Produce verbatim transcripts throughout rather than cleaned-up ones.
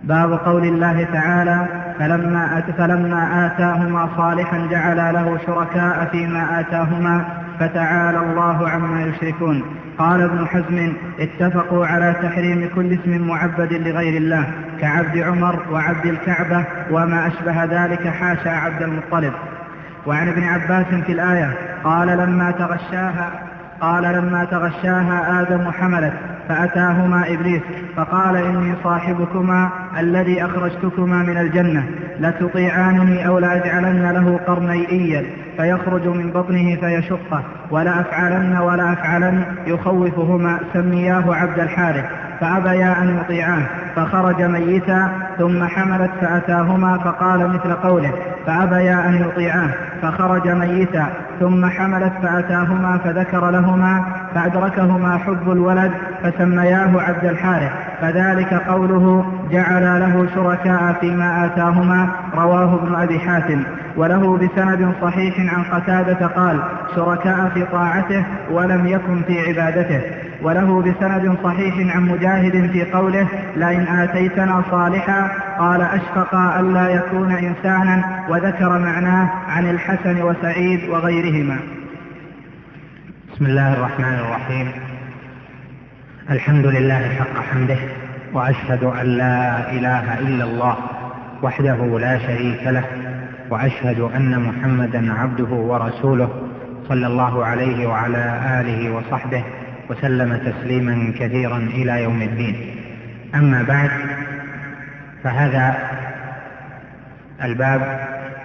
باب قول الله تعالى فلما, أت فلما آتاهما صالحا جعل له شركاء فيما آتاهما فتعالى الله عما يشركون. قال ابن حزم اتفقوا على تحريم كل اسم معبد لغير الله كعبد عمر وعبد الكعبة وما أشبه ذلك حاشا عبد المطلب. وعن ابن عباس في الآية قال لما تغشاها قال لما تغشاها آدم حملت فأتاهما إبليس فقال إني صاحبكما الذي أخرجتكما من الجنة لتطيعانني أو لأجعلن له قرني إيل فيخرج من بطنه فيشقه ولا أفعلن ولا أفعلن يخوفهما سمياه عبد الحارث فأبيا أن يطيعاه فخرج ميتا ثم حملت فأتاهما فقال مثل قوله فأبيا أن يطيعاه فخرج ميتا ثم حملت فأتاهما فذكر لهما فأدركهما حب الولد فسمياه عبد الحارث فذلك قوله جعل له شركاء فيما آتاهما. رواه ابن أبي حاتم وله بسند صحيح عن قتادة قال شركاء في طاعته ولم يكن في عبادته. وله بسند صحيح عن مجاهد في قوله لئن آتيتنا صالحا قال أشفق ألا يكون إنسانا وذكر معناه عن الحسن وسعيد وغيرهما. بسم الله الرحمن الرحيم. الحمد لله حق حمده وأشهد أن لا إله إلا الله وحده لا شريك له وأشهد أن محمدا عبده ورسوله صلى الله عليه وعلى آله وصحبه وسلم تسليما كثيرا إلى يوم الدين. أما بعد، فهذا الباب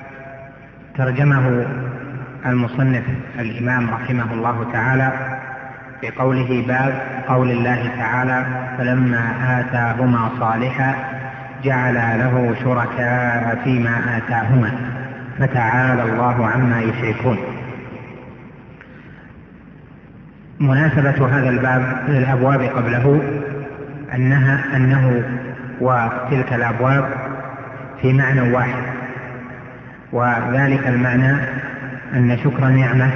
ترجمه المصنف الإمام رحمه الله تعالى بقوله باب قول الله تعالى فلما آتاهما صالحا جعل له شركاء فيما آتاهما فتعالى الله عما يشركون. مناسبة هذا الباب للأبواب قبله أنها أنه وتلك الأبواب في معنى واحد، وذلك المعنى أن شكر نعمة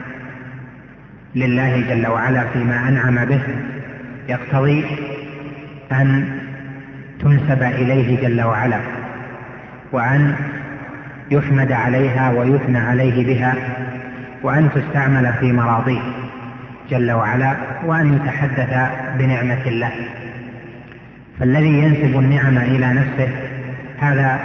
لله جل وعلا فيما أنعم به يقتضي أن تنسب إليه جل وعلا وأن يحمد عليها ويثنى عليه بها وأن تستعمل في مراضيه جل وعلا وأن يتحدث بنعمة الله. فالذي ينسب النعمة إلى نفسه هذا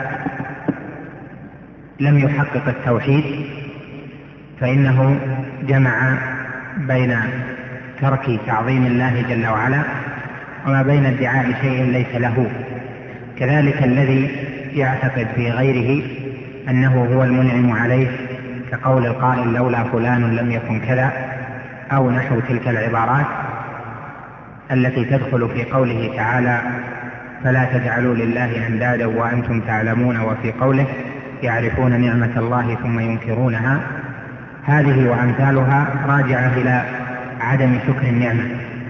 لم يحقق التوحيد، فإنه جمع بين ترك تعظيم الله جل وعلا وما بين ادعاء شيء ليس له. كذلك الذي يعتقد في غيره أنه هو المنعم عليه كقول القائل لولا فلان لم يكن كذا أو نحو تلك العبارات التي تدخل في قوله تعالى فلا تجعلوا لله أندادا وأنتم تعلمون، وفي قوله يعرفون نعمة الله ثم ينكرونها. هذه وأمثالها راجعة إلى عدم شكر النعمة.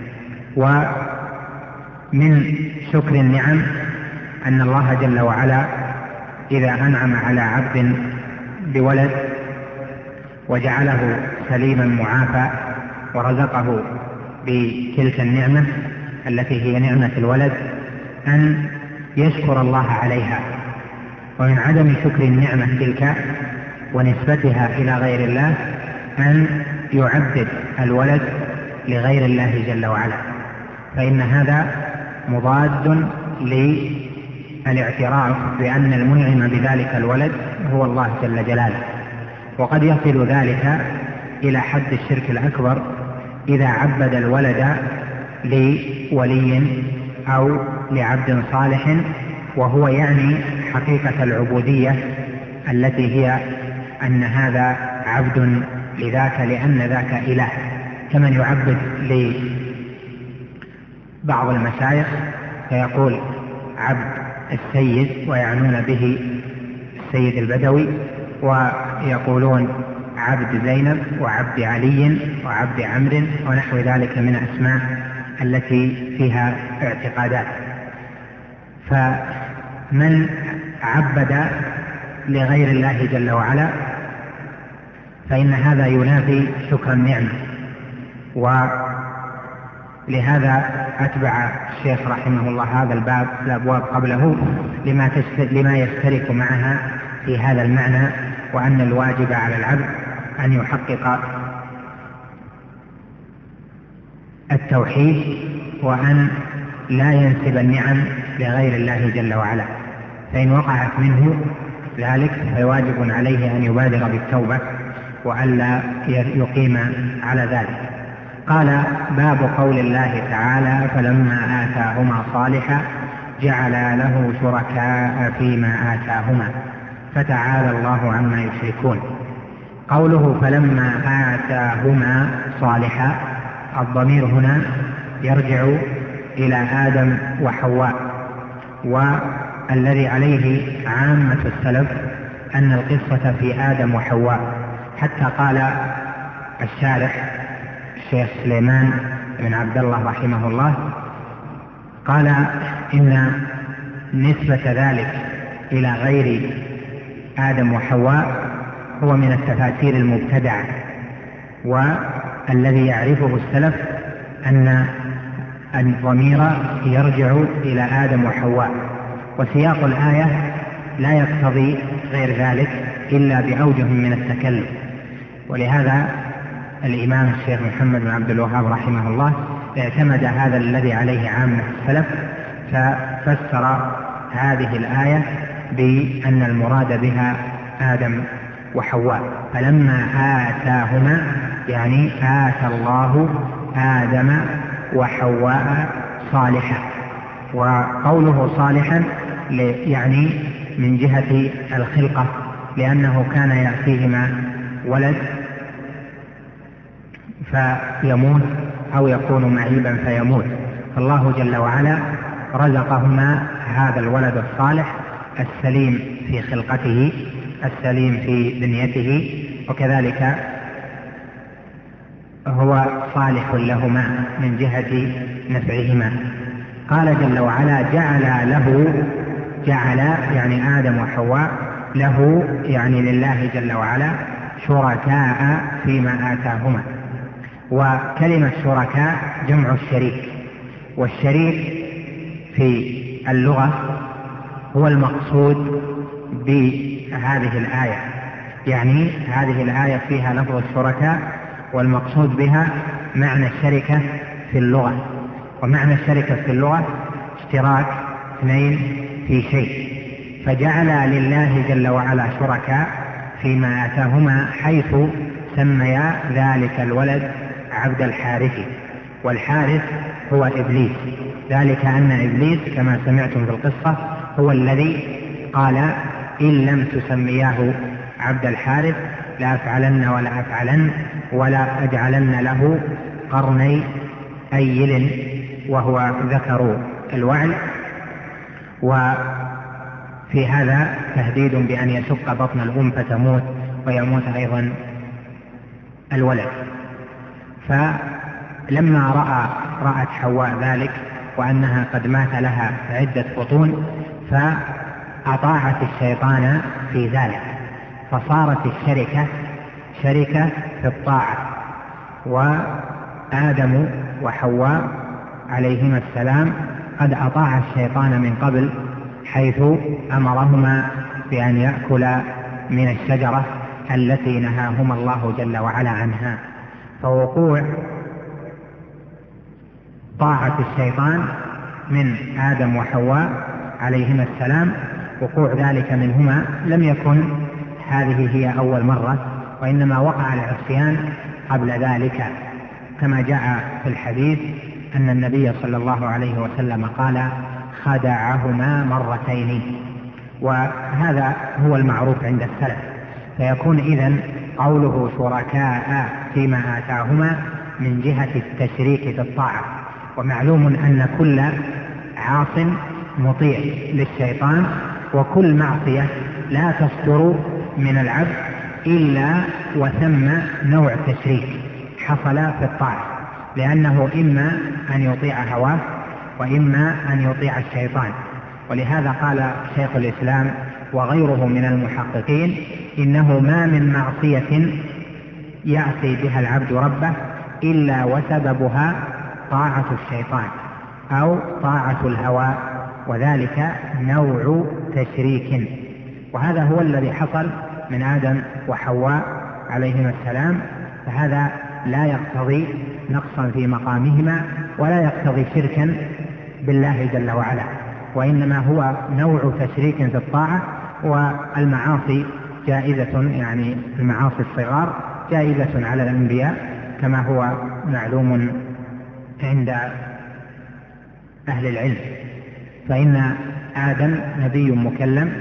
ومن شكر النعم أن الله جل وعلا إذا أنعم على عبد بولد وجعله سليما معافى ورزقه بتلك النعمة التي هي نعمة الولد أن يشكر الله عليها. ومن عدم شكر النعمة تلك ونسبتها إلى غير الله أن يعبد الولد لغير الله جل وعلا، فإن هذا مضاد للاعتراف بأن المنعم بذلك الولد هو الله جل جلاله. وقد يصل ذلك إلى حد الشرك الأكبر إذا عبد الولد لولي أو لعبد صالح وهو يعني حقيقة العبودية التي هي أن هذا عبد لذاك لأن ذاك إله، كمن يعبد لبعض المشايخ فيقول عبد السيد ويعنون به السيد البدوي، ويقولون عبد زينب وعبد علي وعبد عمرو ونحو ذلك من أسماء التي فيها اعتقادات. فمن عبد لغير الله جل وعلا فإن هذا ينافي شكر النعمة، ولهذا أتبع الشيخ رحمه الله هذا الباب الأبواب قبله لما, لما يشترك معها في هذا المعنى، وأن الواجب على العبد أن يحقق التوحيد وأن لا ينسب النعم لغير الله جل وعلا، فإن وقعت منه ذلك فواجب عليه أن يبادر بالتوبة وألا يقيم على ذلك. قال: باب قول الله تعالى: فلما آتاهما صالحا جعل له شركاء فيما آتاهما فتعالى الله عما يشركون. قوله فلما آتاهما صالحا، الضمير هنا يرجع إلى آدم وحواء، والذي عليه عامة السلف أن القصة في آدم وحواء، حتى قال الشارح الشيخ سليمان بن عبد الله رحمه الله قال: إن نسبة ذلك إلى غير آدم وحواء هو من التفاسير المبتدعة، والذي يعرفه السلف أن الضمير يرجع إلى آدم وحواء، وسياق الآية لا يقتضي غير ذلك إلا بأوجه من التكلم. ولهذا الإمام الشيخ محمد بن عبد الوهاب رحمه الله اعتمد هذا الذي عليه عامة السلف، ففسر هذه الآية بأن المراد بها آدم وحواء. فلما آتاهما يعني آتى الله آدم وحواء صالحا، وقوله صالحا يعني من جهة الخلقة، لأنه كان يأتيهما ولد فيموت أو يكون معيبا فيموت، فالله جل وعلا رزقهما هذا الولد الصالح السليم في خلقته السليم في بنيته، وكذلك هو صالح لهما من جهة نفعهما. قال جل وعلا: جعل له، جعل يعني آدم وحواء، له يعني لله جل وعلا، شركاء فيما آتاهما. وكلمة شركاء جمع الشريك، والشريك في اللغة هو المقصود بهذه الآية، يعني هذه الآية فيها لفظ الشركاء، والمقصود بها معنى الشركة في اللغة. ومعنى الشركة في اللغة اشتراك اثنين في شيء، فجعل لله جل وعلا شركاء فيما آتاهما، حيث سميا ذلك الولد عبد الحارث، والحارث هو إبليس، ذلك أن إبليس كما سمعتم في القصة هو الذي قال: إن لم تسمياه عبد الحارث لأفعلن ولا أفعلن ولا أجعلن له قرني أيل، وهو ذكر الوعل. وفي هذا تهديد بأن يشق بطن الأم فتموت ويموت أيضا الولد. فلما رأى رأت حواء ذلك وأنها قد مات لها عدة بطون، فأطاعت الشيطان في ذلك، فصارت الشركة شركة في الطاعة. وآدم وحواء عليهما السلام قد أطاع الشيطان من قبل، حيث أمرهما بأن يأكلا من الشجرة التي نهاهما الله جل وعلا عنها. فوقوع طاعة الشيطان من آدم وحواء عليهما السلام، وقوع ذلك منهما لم يكن هذه هي أول مرة، وإنما وقع العصيان قبل ذلك، كما جاء في الحديث أن النبي صلى الله عليه وسلم قال: خدعهما مرتين. وهذا هو المعروف عند السلف، فيكون إذن قوله شركاء فيما آتاهما من جهة التشريك في الطاعة. ومعلوم أن كل عاص مطيع للشيطان، وكل معصية لا تصدر من العبد إلا وثم نوع تشريك حصل في الطاعة، لأنه إما أن يطيع هواه وإما أن يطيع الشيطان. ولهذا قال شيخ الإسلام وغيره من المحققين: إنه ما من معصية يعصي بها العبد ربه إلا وسببها طاعة الشيطان. أو طاعة الهوى، وذلك نوع تشريك. وهذا هو الذي حصل من آدم وحواء عليهما السلام، فهذا لا يقتضي نقصا في مقامهما ولا يقتضي شركا بالله جل وعلا، وإنما هو نوع تشريك في الطاعة. والمعاصي جائزة، يعني المعاصي الصغار جائزة على الأنبياء كما هو معلوم عند أهل العلم، فإن آدم نبي مكلم،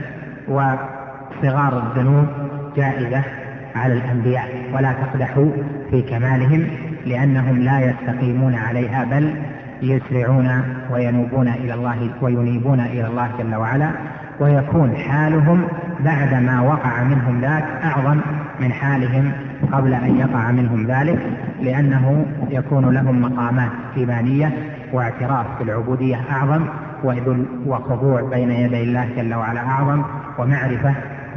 وصغار الذنوب جائزة على الأنبياء، ولا تقدحوا في كمالهم لأنهم لا يستقيمون عليها، بل يسرعون وينوبون إلى الله وينيبون إلى الله جل وعلا، ويكون حالهم بعد ما وقع منهم ذاك أعظم من حالهم قبل أن يقع منهم ذلك، لأنه يكون لهم مقامات إيمانية واعتراف بالعبودية أعظم، وخضوع بين يدي الله جل وعلا أعظم، ومعرفة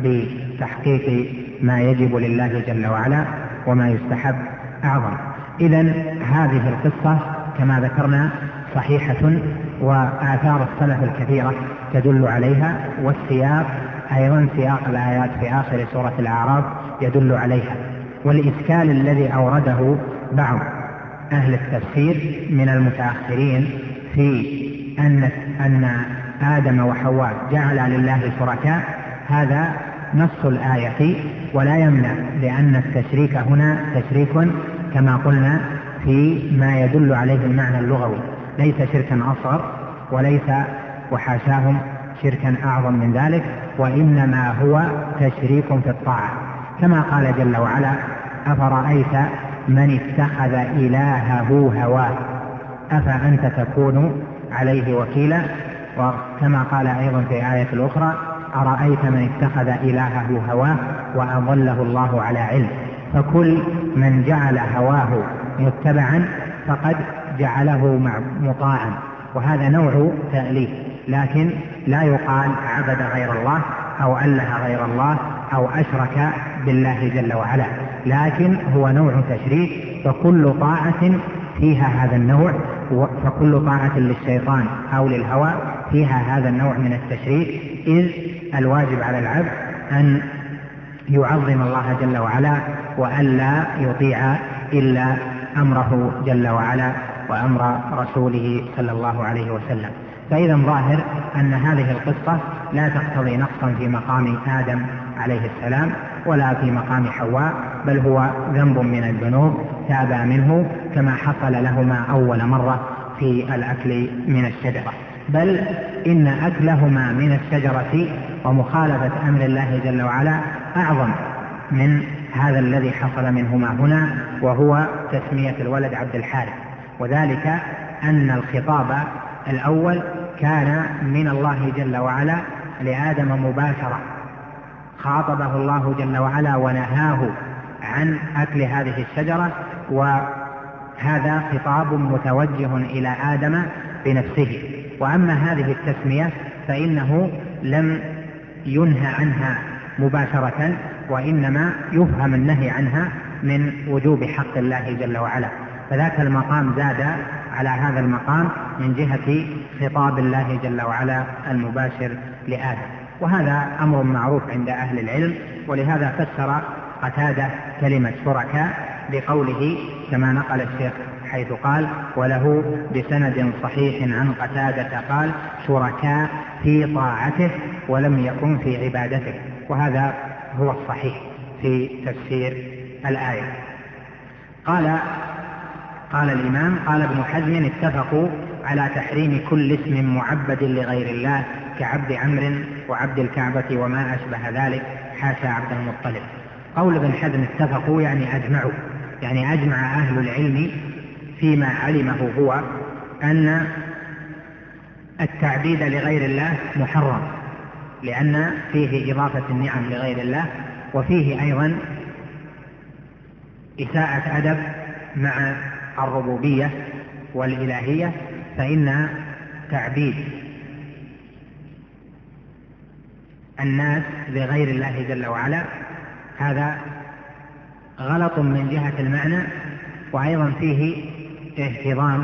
بتحقيق ما يجب لله جل وعلا وما يستحب أعظم. إذن هذه القصة كما ذكرنا صحيحة، وآثار السلف الكثيرة تدل عليها، والسياق أيضا سياق الآيات في آخر سورة الأعراف يدل عليها. والإشكال الذي أورده بعض أهل التفسير من المتأخرين في أن أن آدم وحواء جعل لله شركاء، هذا نص الآية ولا يمنع، لأن التشريك هنا تشريك كما قلنا في ما يدل عليه المعنى اللغوي، ليس شركا أصغر وليس وحاشاهم شركا أعظم من ذلك، وإنما هو تشريك في الطاعة، كما قال جل وعلا: أفرأيت من اتخذ إلهه هواه أفأنت تكون عليه وكيلا. وكما قال أيضا في آية الأخرى: أرأيت من اتخذ إلهه هواه وأضله الله على علم. فكل من جعل هواه متبعا فقد جعله مطاعا، وهذا نوع تأليف، لكن لا يقال عبد غير الله أو أله غير الله أو أشرك بالله جل وعلا، لكن هو نوع تشريك. فكل طاعة فيها هذا النوع، فكل طاعة للشيطان أو للهوى فيها هذا النوع من التشريك، إذ الواجب على العبد أن يعظم الله جل وعلا وألا يطيع إلا أمره جل وعلا وأمر رسوله صلى الله عليه وسلم. فإذا ظاهر أن هذه القصة لا تقتضي نقصا في مقام آدم عليه السلام ولا في مقام حواء، بل هو ذنب من الذنوب تابا منه كما حصل لهما أول مرة في الأكل من الشجرة، بل إن أكلهما من الشجرة ومخالفة أمر الله جل وعلا أعظم من هذا الذي حصل منهما هنا، وهو تسمية الولد عبد الحارث. وذلك أن الخطاب الأول كان من الله جل وعلا لآدم مباشرة، خاطبه الله جل وعلا ونهاه عن أكل هذه الشجرة، وهذا خطاب متوجه إلى آدم بنفسه. وأما هذه التسمية فإنه لم ينهى عنها مباشرة، وإنما يفهم النهي عنها من وجوب حق الله جل وعلا، فذاك المقام زاد على هذا المقام من جهة خطاب الله جل وعلا المباشر لآدم. وهذا أمر معروف عند أهل العلم، ولهذا فسر قتادة كلمة شركاء بقوله كما نقل الشيخ حيث قال: وله بسند صحيح عن قتادة قال: شركاء في طاعته ولم يكن في عبادته. وهذا هو الصحيح في تفسير الآية. قال قال الإمام قال ابن حزم: اتفقوا على تحريم كل اسم معبد لغير الله كعبد عمرو وعبد الكعبة وما أشبه ذلك حاشا عبد المطلب. قول ابن حزم اتفقوا يعني أجمعوا، يعني أجمع أهل العلم فيما علمه هو أن التعبيد لغير الله محرم، لأن فيه إضافة النعم لغير الله، وفيه أيضا إساءة أدب مع الربوبية والإلهية، فإن تعبيد الناس لغير الله جل وعلا هذا غلط من جهة المعنى، وأيضا فيه اهتضام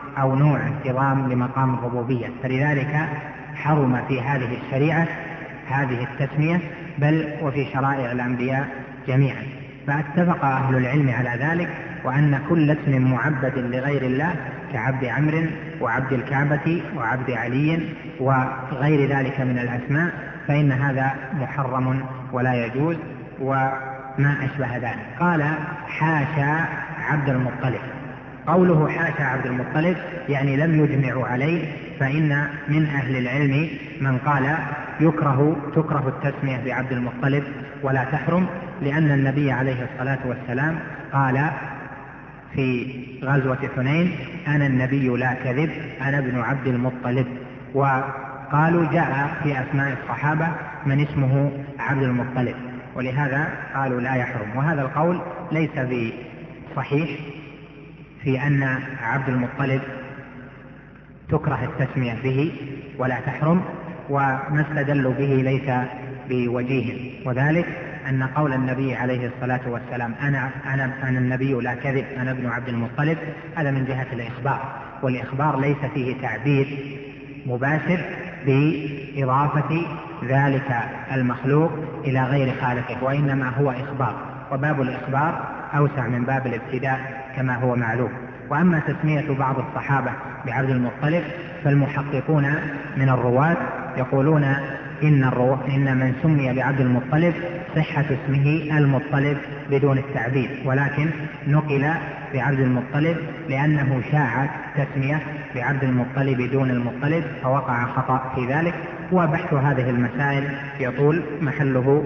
أو نوع انتظام لمقام الربوبية، فلذلك حرم في هذه الشريعة هذه التسمية، بل وفي شرائع الأنبياء جميعا. فاتفق أهل العلم على ذلك، وأن كل اسم معبد لغير الله كعبد عمرو وعبد الكعبة وعبد علي وغير ذلك من الأسماء فإن هذا محرم ولا يجوز وما أشبه ذلك. قال حاشا عبد المطلب. قوله حاشا عبد المطلب يعني لم يجمع عليه، فإن من أهل العلم من قال يكره تكره التسمية بعبد المطلب ولا تحرم، لأن النبي عليه الصلاة والسلام قال في غزوة حنين أنا النبي لا كذب أنا ابن عبد المطلب. وقالوا جاء في أسماء الصحابة من اسمه عبد المطلب، ولهذا قالوا لا يحرم. وهذا القول ليس بصحيح في أن عبد المطلب تكره التسمية به ولا تحرم، وما استدلوا به ليس بوجيه، وذلك أن قول النبي عليه الصلاة والسلام أنا, أنا, أنا النبي لا كذب أنا ابن عبد المطلب هذا من جهة الإخبار، والإخبار ليس فيه تعبير مباشر بإضافة ذلك المخلوق إلى غير خالقه، وإنما هو إخبار، وباب الإخبار أوسع من باب الابتداء كما هو معلوم. وأما تسمية بعض الصحابة بعبد المطلب فالمحققون من الرواة يقولون إن, الرو... إن من سمي بعبد المطلب صحة اسمه المطلب بدون التعبير، ولكن نقل بعبد المطلب لأنه شاعت تسمية بعبد المطلب دون المطلب فوقع خطأ في ذلك. وبحث هذه المسائل يطول، محله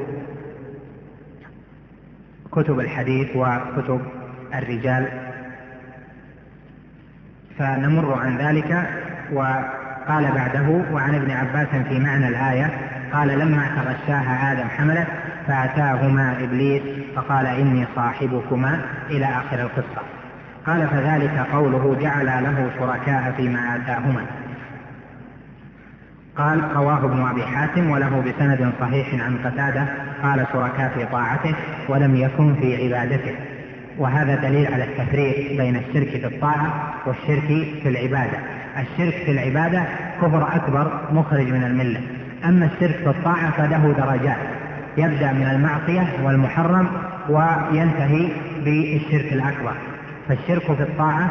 كتب الحديث وكتب الرجال، فنمر عن ذلك. وقال بعده وعن ابن عباس في معنى الآية قال لما تغشاها آدم حملت فأتاهما إبليس فقال إني صاحبكما إلى آخر القصة. قال فذلك قوله جعل له شركاء فيما آتاهما. قال رواه ابن أبي حاتم وله بسند صحيح عن قتادة قال شركاء في طاعته ولم يكن في عبادته. وهذا دليل على التفريق بين الشرك في الطاعة والشرك في العبادة. الشرك في العبادة كفر أكبر مخرج من الملة، أما الشرك في الطاعة فله درجات، يبدأ من المعصية والمحرم وينتهي بالشرك الأكبر. فالشرك في الطاعة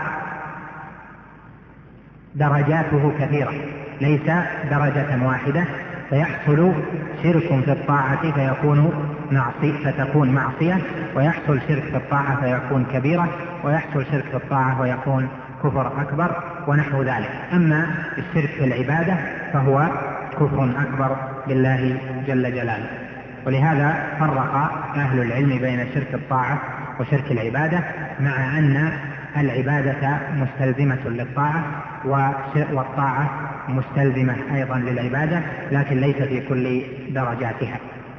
درجاته كثيرة ليس درجة واحدة، فيحصل شرك في الطاعة فيكون معصية فتكون معصية، ويحصل شرك في الطاعة فيكون كبيرة، ويحصل شرك في الطاعة ويكون كفر أكبر ونحو ذلك. أما الشرك في العبادة فهو كفر أكبر بالله جل جلاله. ولهذا فرق أهل العلم بين شرك الطاعة وشرك العبادة، مع أن العبادة مستلزمة للطاعة والطاعة مستلزمة أيضا للعبادة، لكن ليس في كل درجاتها.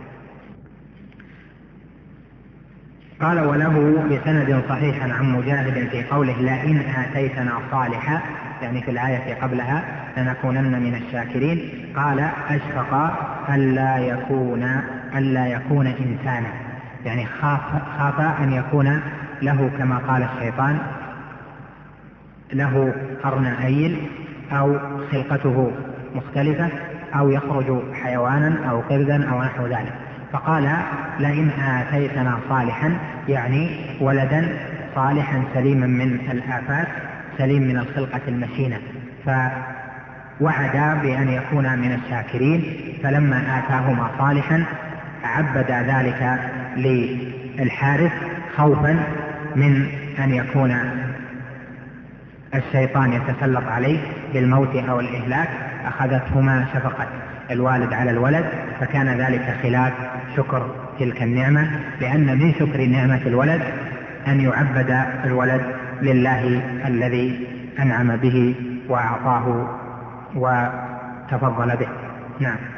قال وله بسند صحيح عن مجاهد في قوله لئن آتيتنا صالحا، يعني في الآية قبلها لنكونن من الشاكرين. قال أشفق ألا يكون ألا يكون إنسانا، يعني خاف, خاف أن يكون له كما قال الشيطان له قرن أيل أو خلقته مختلفة أو يخرج حيوانا أو قردا أو نحو ذلك. فقال لئن آتيتنا صالحا يعني ولدا صالحا سليما من الآفات سليم من الخلقة المشينة، فوعد بأن يكون من الشاكرين. فلما آتاهما صالحا عبد ذلك للحارث خوفا من أن يكون الشيطان يتسلط عليه بالموت أو الإهلاك، أخذتهما شفقة الوالد على الولد، فكان ذلك خلاف شكر تلك النعمة، لأن من شكر نعمة الولد أن يعبد الولد لله الذي أنعم به وأعطاه وتفضل به. نعم.